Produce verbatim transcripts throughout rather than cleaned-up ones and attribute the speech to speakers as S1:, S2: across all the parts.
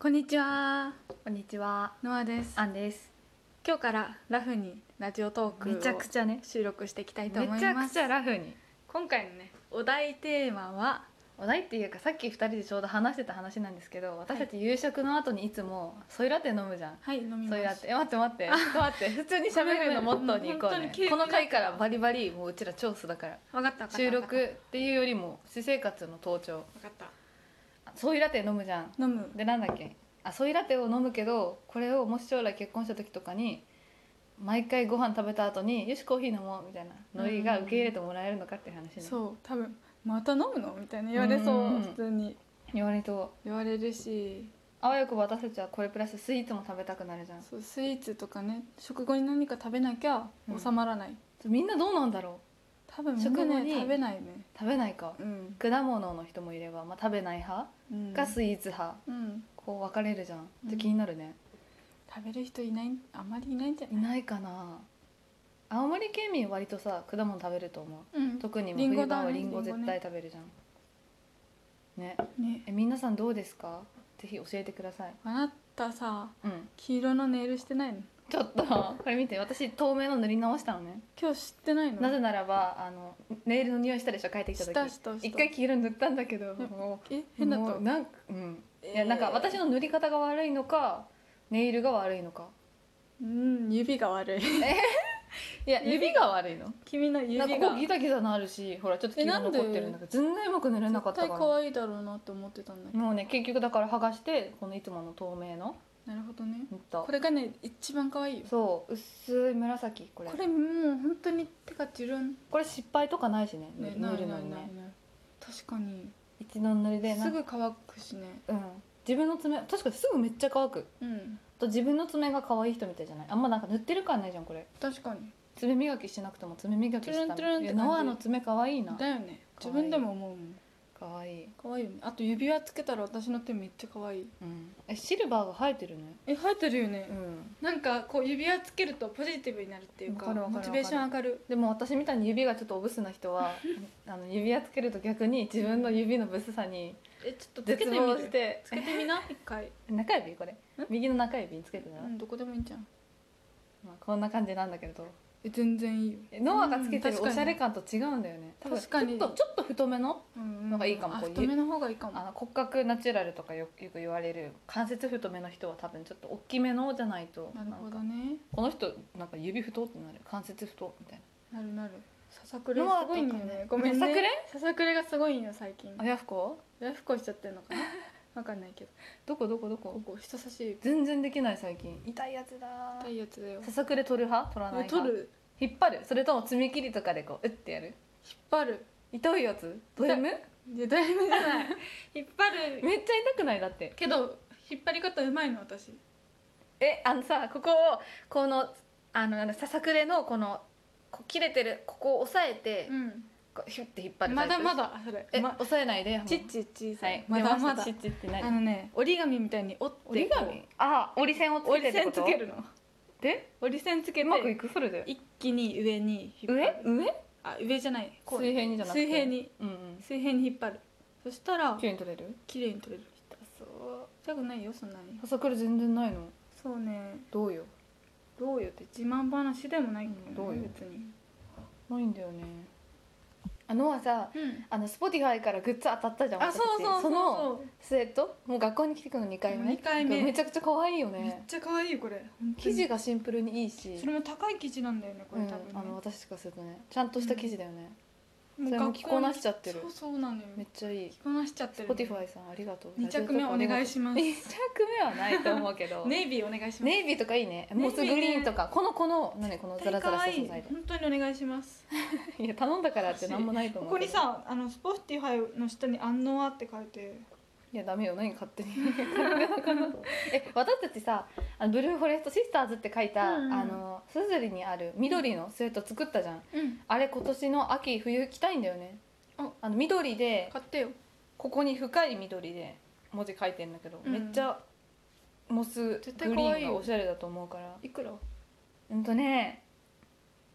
S1: こんにちは、
S2: こんにちは、
S1: ノアです。
S2: アンです。
S1: 今日からラフにラジオトークを
S2: めちゃくちゃね
S1: 収録していきたいと思います。
S2: めちゃくちゃラフに。
S1: 今回のね、お題テーマは
S2: お題っていうか、さっきふたりでちょうど話してた話なんですけど、私たち夕食の後にいつもソイラテ飲むじゃん。
S1: はい、飲みます。
S2: ソイラテ、え待って待って待って普通に喋るのモットーに行こうね。この回からバリバリもううちら超素だから。
S1: 分かった分かった
S2: 収録っていうよりも私生活の盗聴。
S1: 分かった。
S2: ソイラテ飲むじゃん。
S1: 飲む
S2: でなんだっけ、あソイラテを飲むけど、これをもし将来結婚した時とかに毎回ご飯食べた後によしコーヒー飲もうみたいなノリが受け入れてもらえるのかっていう話ね。
S1: そう多分また飲むのみたいな言われそう、
S2: うん
S1: 普通に
S2: 言われと
S1: 言われるし、
S2: あわよくば私たちはこれプラススイーツも食べたくなるじゃん。
S1: そうスイーツとかね、食後に何か食べなきゃ収まらない、
S2: うん、みんなどうなんだろ
S1: 多分みんな
S2: 食後に
S1: ね食べないね。
S2: う。食べないか、
S1: うん
S2: 果物の人もいれば、まあ、食べない派
S1: うん
S2: がスイーツ派、
S1: うん
S2: こう分かれるじゃん。
S1: うん
S2: で気になるね。
S1: 食べる人いない、あまりいないんじゃない
S2: いないかな。青森県民割とさ果物食べると思う。
S1: うん
S2: 特にもう
S1: リンゴ
S2: 冬場は
S1: だね
S2: リンゴ絶
S1: リンゴね
S2: 対食べるじゃんね。
S1: ね。
S2: え皆さんどうですか？ぜひ教えてください。
S1: あなたさ、
S2: うん
S1: 黄色のネイルしてないの？
S2: ちょっとこれ見て、私透明の塗り直したのね。
S1: 今日知ってないの？
S2: なぜならばあのネイルの匂いしたでしょ、帰ってきた時。
S1: したしたした
S2: 一回黄色塗ったんだけど、
S1: え
S2: もう
S1: え変だった
S2: もうなんか、うん
S1: えー
S2: いやなんか私の塗り方が悪いのかネイルが悪いのか。
S1: うん指が悪い
S2: いや指が悪いの。
S1: 君の指が
S2: なんかここギザギザなるし、ほらちょっと黄色残ってるんだけど全然うまく塗れなかった
S1: 絶対可
S2: から。
S1: 愛いだろうなって思ってたんだけど。
S2: もうね結局だから剥がしてこのいつもの透明の
S1: なるほどね。
S2: 塗った。
S1: これがね一番可愛いよ。
S2: そう薄い紫。これ
S1: これもう本当に手がチュルン、
S2: これ失敗とかないしね、
S1: ね、
S2: 塗るのにね。
S1: ないないないない。確かに
S2: 一度塗りでな
S1: すぐ乾くしね。
S2: うん自分の爪確かにすぐめっちゃ乾く。
S1: うん
S2: と自分の爪が可愛い人みたいじゃない。あんまなんか塗ってる感ないじゃんこれ。
S1: 確かに
S2: 爪磨きしなくても爪磨きした
S1: トゥルントゥルンって
S2: いや
S1: 感じ
S2: ノアの爪可愛いな。
S1: だよね。
S2: 可愛い
S1: 自分でも思うもん。
S2: 可愛い。
S1: 可愛いよね。あと指輪つけたら私の手めっちゃ可愛い。
S2: うんえシルバーが生えてるね。
S1: え生えてるよね。
S2: うん
S1: なんかこう指輪つけるとポジティブになるっていうか
S2: わかるわかる
S1: モチベーション上がる。
S2: でも私みたいに指がちょっとおブスな人はあの指輪つけると逆に自分の指のブスさに
S1: えちょっとつけて
S2: 絶
S1: みる
S2: 望して
S1: つけてみな一回。
S2: 中指これ右の中指につけてたら、
S1: うんどこでもいいんじゃん。
S2: まあ、こんな感じなんだけど、
S1: え全然いいよ。
S2: えノアがつけてる
S1: うん
S2: おしゃれ感と違うんだよね。多分
S1: 確かに
S2: ちょっとちょっと太めの
S1: うん
S2: のがいいかも
S1: あ
S2: こういう
S1: 太めの方がいいかも。
S2: あの骨格ナチュラルとかよよく言われる関節太めの人は多分ちょっと大きめのじゃないと
S1: なるほど
S2: なんか
S1: ね。
S2: この人なんか指太ってなる、関節太みたい
S1: なるなる。ささくれす
S2: ノア
S1: ごいんよ
S2: とかね。
S1: ねごめんね。
S2: ささくれ
S1: ささくれがすごいんよ最近。
S2: な。あやふこ
S1: 親不孝しちゃってるのかな。わかんないけど。
S2: どこどこどこ
S1: ここ人差し指
S2: 全然できない最近。痛いやつだ。
S1: 痛いやつだよ。
S2: ささくれ取る派取らない派。
S1: 取る
S2: 引っ張る、それとも爪切りとかでこううってやる。
S1: 引っ張る。
S2: 痛いやつド M？
S1: いやだいぶじゃない。引っ張る
S2: めっちゃ痛くないだって。
S1: けど引っ張り方うまいの私。
S2: えあのさここをこのあのなんだささくれのこのこう切れてるここを押さえて、
S1: うん。
S2: こうヒュッて引っ張る
S1: まだま
S2: だ
S1: だそれ。
S2: え、
S1: ま
S2: 押さえないで
S1: ちっち小さ。
S2: はいい
S1: まだまだ
S2: ち。っちって
S1: あ
S2: 何？
S1: のね折り紙みたいに折って
S2: 折り紙？あ折り線をつけ
S1: 折り線
S2: てってこと
S1: つけるの。
S2: で
S1: 折り線つけて
S2: うまくいくそれで。
S1: 一気に上に引っ張
S2: 上
S1: る。
S2: 上
S1: あ上じゃない。こう
S2: 水平にじゃなくて
S1: 水平に
S2: うんうん
S1: 水平に引っ張る。そしたら
S2: 綺麗に取れる。
S1: 綺麗に取れる。
S2: 痛そう。
S1: 痛くないよそんなに。
S2: ささくれ全然ないの。
S1: そうね。
S2: どうよ。
S1: どうよって自慢話でもないけどね
S2: うんどうよ
S1: 別に。
S2: ないんだよね。あのはさ
S1: うん。
S2: あの Spotify からグッズ当たったじゃん。
S1: あそうそうそう
S2: その
S1: そう。
S2: スウェットもう学校に来てくるのにかいめ。
S1: にかいめ
S2: めちゃくちゃ可愛いよ
S1: めっ
S2: ね。
S1: ちゃ可愛いよこれ。
S2: 生地がシンプルにいいし。
S1: それも高い生地なんだよねこ
S2: うん
S1: れ多分ね。
S2: あの私からするとねちゃんとした生地だよね。
S1: もう
S2: それも
S1: 学校に
S2: 着こなしちゃってる
S1: そうそうなのよ。
S2: めっちゃいい。
S1: 着こなしちゃってる。
S2: Spotify さんありがとう。
S1: 二着目お願いします。
S2: に着目はないと思うけど
S1: ネイビーお願いします。
S2: ネイビーとかいいね。モスグリーンとかこのこの何このザラザラした素材で。
S1: 本当にお願いします。
S2: いや頼んだからってなんもないと
S1: こ
S2: 思うけど。
S1: こにさあのスポティファイの下に「アンノア」って書いて。
S2: いやダメよ何勝手にえ私たちさあのブルーフォレストシスターズって書いた、
S1: うんうん
S2: あのスズリにある緑のスウェット作ったじゃん。
S1: うん。
S2: あれ今年の秋冬着たいんだよね。
S1: あ
S2: あの緑で
S1: 買ってよ。
S2: ここに深い緑で文字書いてんだけど、
S1: うん
S2: めっちゃモスグリ
S1: 絶対可愛いよ
S2: ーンがおしゃれだと思うから。
S1: いくら？
S2: うんとね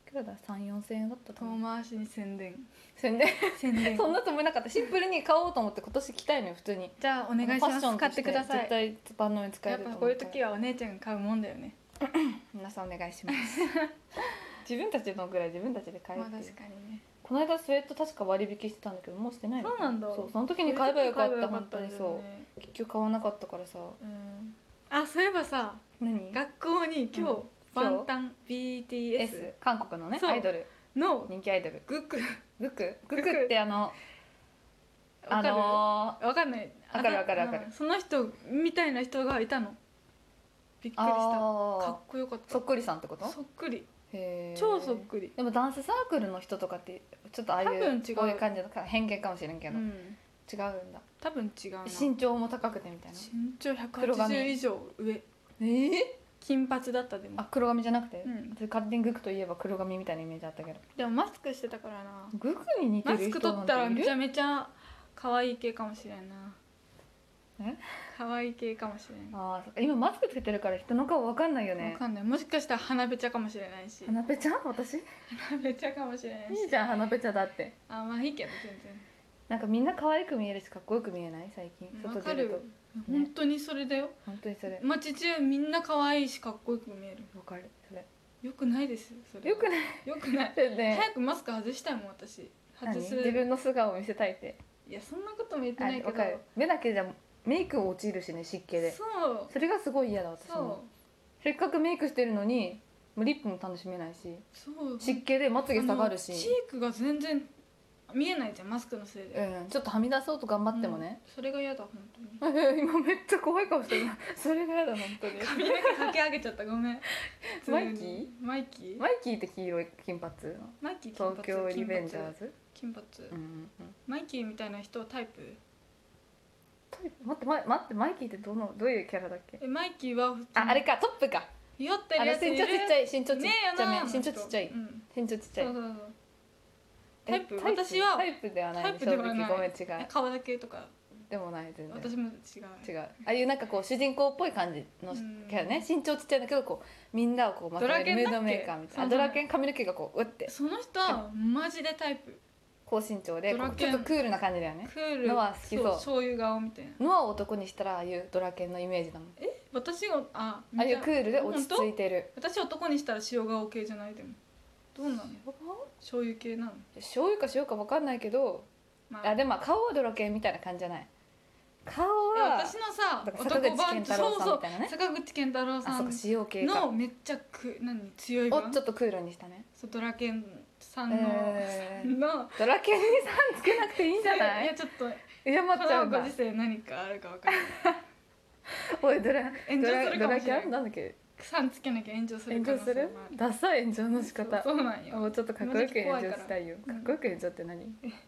S2: くらださん、よんせんえんだったと
S1: 遠
S2: 思う。
S1: 回しに宣伝
S2: 宣伝
S1: 宣伝
S2: そんなつもりなかった。シンプルに買おうと思って今年着たいのよ普通に。
S1: じゃあお願いし
S2: ファ
S1: ます買っ
S2: ッションとして
S1: てください。
S2: 絶対万能に使え
S1: やっぱ
S2: ると思
S1: こういう時はお姉ちゃんが買うもんだよね。
S2: 皆さんお願いします自分たちのぐらい自分たちで買える
S1: まあ
S2: っていう、
S1: 確かにね。
S2: この間スウェット確か割引してたんだけどもうしてないの
S1: そうなんだ。
S2: そうその時に買えばよかった本当に
S1: 買えばよかったんだよ
S2: そう
S1: ね
S2: 結局買わなかったからさ。
S1: うんあそういえばさ
S2: 何
S1: 学校に今日、
S2: うん
S1: バンタン ビーティーエス
S2: S 韓国のね
S1: そう
S2: アイドル
S1: の
S2: 人気アイドル
S1: グク
S2: グクグ
S1: グク
S2: クってあのあ
S1: わかる
S2: の
S1: わかんない
S2: わかるわかるわかる
S1: うんその人みたいな人がいたの。びっくりした。か
S2: あ
S1: っこよかった。
S2: ーそっくりさんってこと？
S1: そっくり
S2: へー
S1: 超そっくり。
S2: でもダンスサークルの人とかってちょっとああいう
S1: 多分違う
S2: こういう感じの偏見かもしれんけど、違うん
S1: うん
S2: だ。
S1: 多分違うな。
S2: 身長も高くてみたいな。
S1: 身長
S2: 黒髪
S1: ひゃくはちじゅう以上上。
S2: えー、
S1: 金髪だったでも
S2: あ黒髪じゃなくて、
S1: うん
S2: 私勝手にグクといえば黒髪みたいなイメージあったけど、
S1: でもマスクしてたからな。
S2: グクに似て
S1: マスク
S2: る人
S1: 取ったら
S2: なんている？
S1: めちゃめちゃ可愛い系かもしれんな。
S2: え
S1: 可愛い系かもしれん。
S2: あーそっか今マスクつけてるから人の顔わかんないよ
S1: わ
S2: ね。
S1: かんない。もしかしたら鼻ぺちゃかもしれないし。
S2: 花ペちゃん私い
S1: 鼻ぺちゃかもしれないし。
S2: いじゃん花ペちゃんだって。
S1: あまあいいけど全
S2: なんかみんな可愛く見えるしかっこよく見えない最近
S1: 然。わかる
S2: 外出ると。。
S1: 本当にそれだよ。
S2: 本当にそれ
S1: 街中みんな可愛いしかっこよく見える。
S2: わかるそれ。
S1: よくないですよそれ。
S2: よくない
S1: よくない。
S2: それね
S1: 早くマスク外したいもん私。
S2: 何
S1: 外す。
S2: 自分の素顔を見せたいって。
S1: いやそんなことも言って
S2: あ
S1: ないけど。
S2: わかる。目だけじゃメイク落ちるしね湿気で。
S1: そう
S2: それがすごい嫌だ私も。
S1: そ
S2: せっかくメイクしてるのにリップも楽しめないし
S1: うそう。
S2: 湿気でまつげ下がるし
S1: あのチークが全然見えないじゃんマスクのせいで。
S2: うん、ちょっとはみ出そうと頑張ってもね、
S1: うんそれが嫌だ本当に。
S2: 今めっちゃ怖い顔してるそれが嫌だ本当に
S1: 髪の毛かき上げちゃったごめん。
S2: マイキー
S1: マイキー
S2: マイキーって黄色い金髪
S1: マイキー金髪
S2: 東京リベンジャーズ、
S1: 金髪、
S2: うんうんうん、
S1: マイキーみたいな人タイプ。
S2: タイプ待ってま待ってマイキーってどのどういうキャラだっけ？
S1: えマイキーは普通に
S2: ああれかトップか。
S1: 酔って
S2: あの
S1: るやついる。
S2: 身長ちっちゃい身長ちっ
S1: ねえよ
S2: ちゃ
S1: な
S2: め身長ちっちゃい
S1: うん
S2: 身長ちっちゃい
S1: そうそうそう
S2: え
S1: タイプ私は
S2: タイプではない
S1: タイ
S2: ね
S1: プではない
S2: 正直ごめん違う
S1: え顔だけとか
S2: でもない全然
S1: 私も違う
S2: 違うああいうなんかこう主人公っぽい感じの
S1: うん
S2: キャラね身長ちっちゃいんだけどこうみんなをこうまとめるムードメーカーみたいな
S1: そうそう
S2: ドラケン髪の毛がこううって
S1: その人はマジでタイプ。
S2: 高身長でこうち
S1: ドラケン
S2: ょっとクールな感じだよね。
S1: クール
S2: ノア好きそう
S1: 醤油顔みたいな。
S2: ノアを男にしたらああいうドラケンのイメージだもん。
S1: え私があ
S2: ああいうクールで落ち着い
S1: て
S2: てる。
S1: 私男にしたら塩顔系じゃないでもどうなの醤油系なの。
S2: 醤油か塩か分かんないけど、
S1: ま
S2: あでもまあ顔はドラケンみたいな感じじゃない。顔は
S1: 私のさ
S2: だから坂口健太郎さんみたいなね
S1: そうそう坂口健太郎
S2: あ
S1: さ
S2: そうんか塩系か
S1: のめっちゃく何強い
S2: を
S1: 版
S2: ちょっとクールにしたね。
S1: そうドラケンさんの、
S2: えー
S1: の
S2: ドラケンにさんつけなくていいんじゃない
S1: やちょっと
S2: 謝っ
S1: こ
S2: ちゃうんだ
S1: のご時。世何かあるか分からない
S2: おいドラ
S1: 炎上するかもしれない
S2: ドラキャンなんだっけ
S1: さんつけなきゃ炎上する可能
S2: 炎上する
S1: 性もある
S2: ダサい炎上の仕方
S1: そうそうなんよ
S2: もうちょっとかっこよく炎上したいよ
S1: 今時怖いから
S2: かっこよく炎上って何、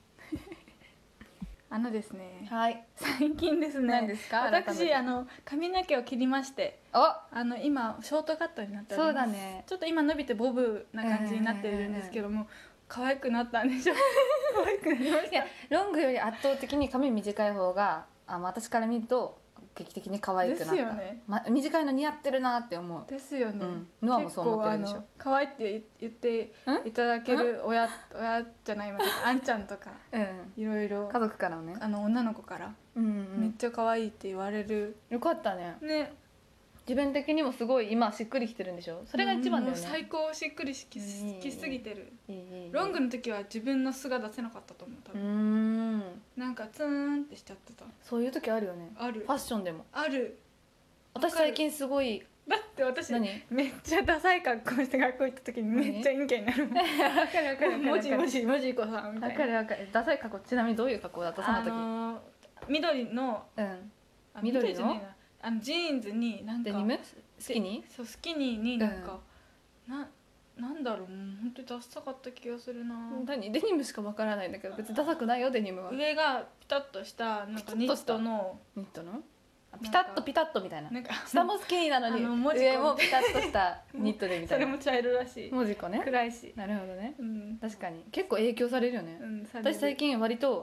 S1: あのですね
S2: はい
S1: 最近ですね
S2: 何ですか改めて
S1: 私あの髪の毛を切りまして
S2: お
S1: あの今ショートカットになっております。
S2: そうだね
S1: ちょっと今伸びてボブな感じになってるんですけども、可愛くなったんでしょ可愛くなりました。
S2: いやロングより圧倒的に髪短い方があの私から見ると劇的に可愛くなった
S1: ですよね
S2: ま、短いの似合ってるなって思う。
S1: ですよね、
S2: うんノアもそう思ってるでしょ
S1: 結構あの可愛いって言っていただける親親じゃないまたあんちゃんとか
S2: うん
S1: いろいろ
S2: 家族からのね
S1: あの女の子から
S2: うんうん
S1: めっちゃ可愛いって言われる、
S2: よかったね。
S1: ね
S2: 自分的にもすごい今しっくりきてるんでしょ。それが一番だよ
S1: もう最
S2: ね。
S1: 高しっくりしき
S2: いい
S1: きすぎてる。
S2: いいいいいい
S1: ロングの時は自分の素が出せなかったと思う多
S2: うー
S1: 分、
S2: ん
S1: なんかツーンってしちゃってた。
S2: そういう時あるよね。
S1: ある
S2: ファッションでも
S1: ある。
S2: 私最近すごい
S1: だって私
S2: 何
S1: めっちゃダサい格好して学校行った時にめっちゃ陰キャになるもん
S2: わかるわかるわかる
S1: もじもじもじこさんみたいな
S2: わかるわかる。ダサい格好ちなみにどういう格好だったその時、
S1: あのー緑の
S2: うん
S1: あ
S2: 緑の
S1: じゃねえなあのジーンズになんか
S2: デニムスキニ
S1: そうスキニーになんか、ななんだろうもう本当にダサかった気がするな、
S2: ー何デニムしかわからないんだけど別にダサくないよデニムは。
S1: 上がピタッとしたなんかニットの
S2: ニットのあピタッとピタッとみたいな
S1: なんか
S2: 下もスキニーなのに
S1: あの文字
S2: 上もピタッとしたニットでみたいな
S1: それも茶色らしい
S2: 文字子ね。
S1: 暗いし
S2: なるほどね。
S1: うん、
S2: 確かに結構影響されるよね、
S1: うん、
S2: 私最近割と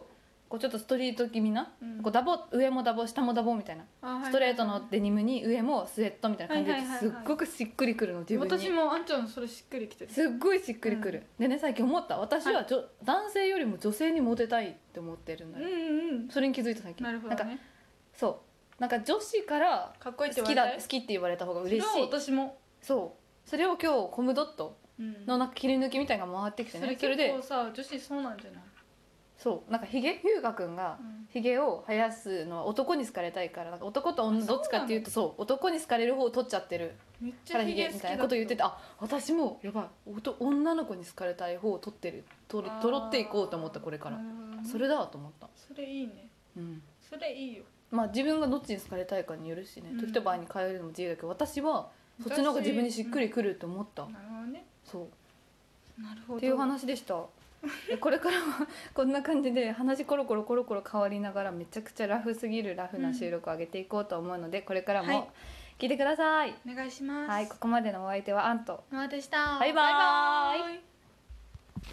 S2: こうちょっとストリート気味な、
S1: うん
S2: こうダボ上もダボ下もダボみたいな、
S1: あはいはいはい
S2: ストレートのデニムに上もスウェットみたいな感じで
S1: はいはいはいはい
S2: すっごくしっくりくるの自分に。
S1: 私もあんちゃんのそれしっくりきてる。
S2: すっごいしっくりくる、でね最近思った、私はじょ、男性よりも女性にモテたいって思ってるんだよ、
S1: うんうん
S2: それに気づいた最近。
S1: なるほど
S2: なんか
S1: ね。
S2: そうなんか女子から
S1: かっこいいって
S2: 好
S1: 言われたい。
S2: きだ好きって言われた方が嬉しい。
S1: それは私も。
S2: そうそれを今日コムドット
S1: うん
S2: のなんか切り抜きみたいなのが回ってきて
S1: それ
S2: ね、それで
S1: 結構さ女子そうなんじゃない？
S2: そうなんかひげひゅうがくんが
S1: うん
S2: ひげを生やすのは男に好かれたいから、なんか男と女
S1: あ
S2: どっちかっていうとそう男に好かれる方を取っちゃってる
S1: めっち
S2: から
S1: ゃヒゲ好きだ
S2: ひげみたいなこと言ってて、あ私もやばいおと女の子に好かれたい方を取ってる取る取ろっていこうと思ったこれから、それだと思った。
S1: それいいね。
S2: うん
S1: それいいよ。
S2: まあ自分がどっちに好かれたいかによるしね、
S1: うん
S2: 時と場合に変えるのも自由だけど、私はそっちの方が自分にしっくりくると思った、
S1: なるほどね。
S2: そう
S1: なるほど。
S2: っていう話でしたでこれからはこんな感じで話コロコロコロコロ変わりながらめちゃくちゃラフすぎるラフな収録を上げていこうと思うので、これから
S1: はい
S2: も聞いてください。
S1: お願いします。
S2: はい、ここまでのお相手はアンと
S1: ノアでした。
S2: バイバーイ
S1: バイバーイ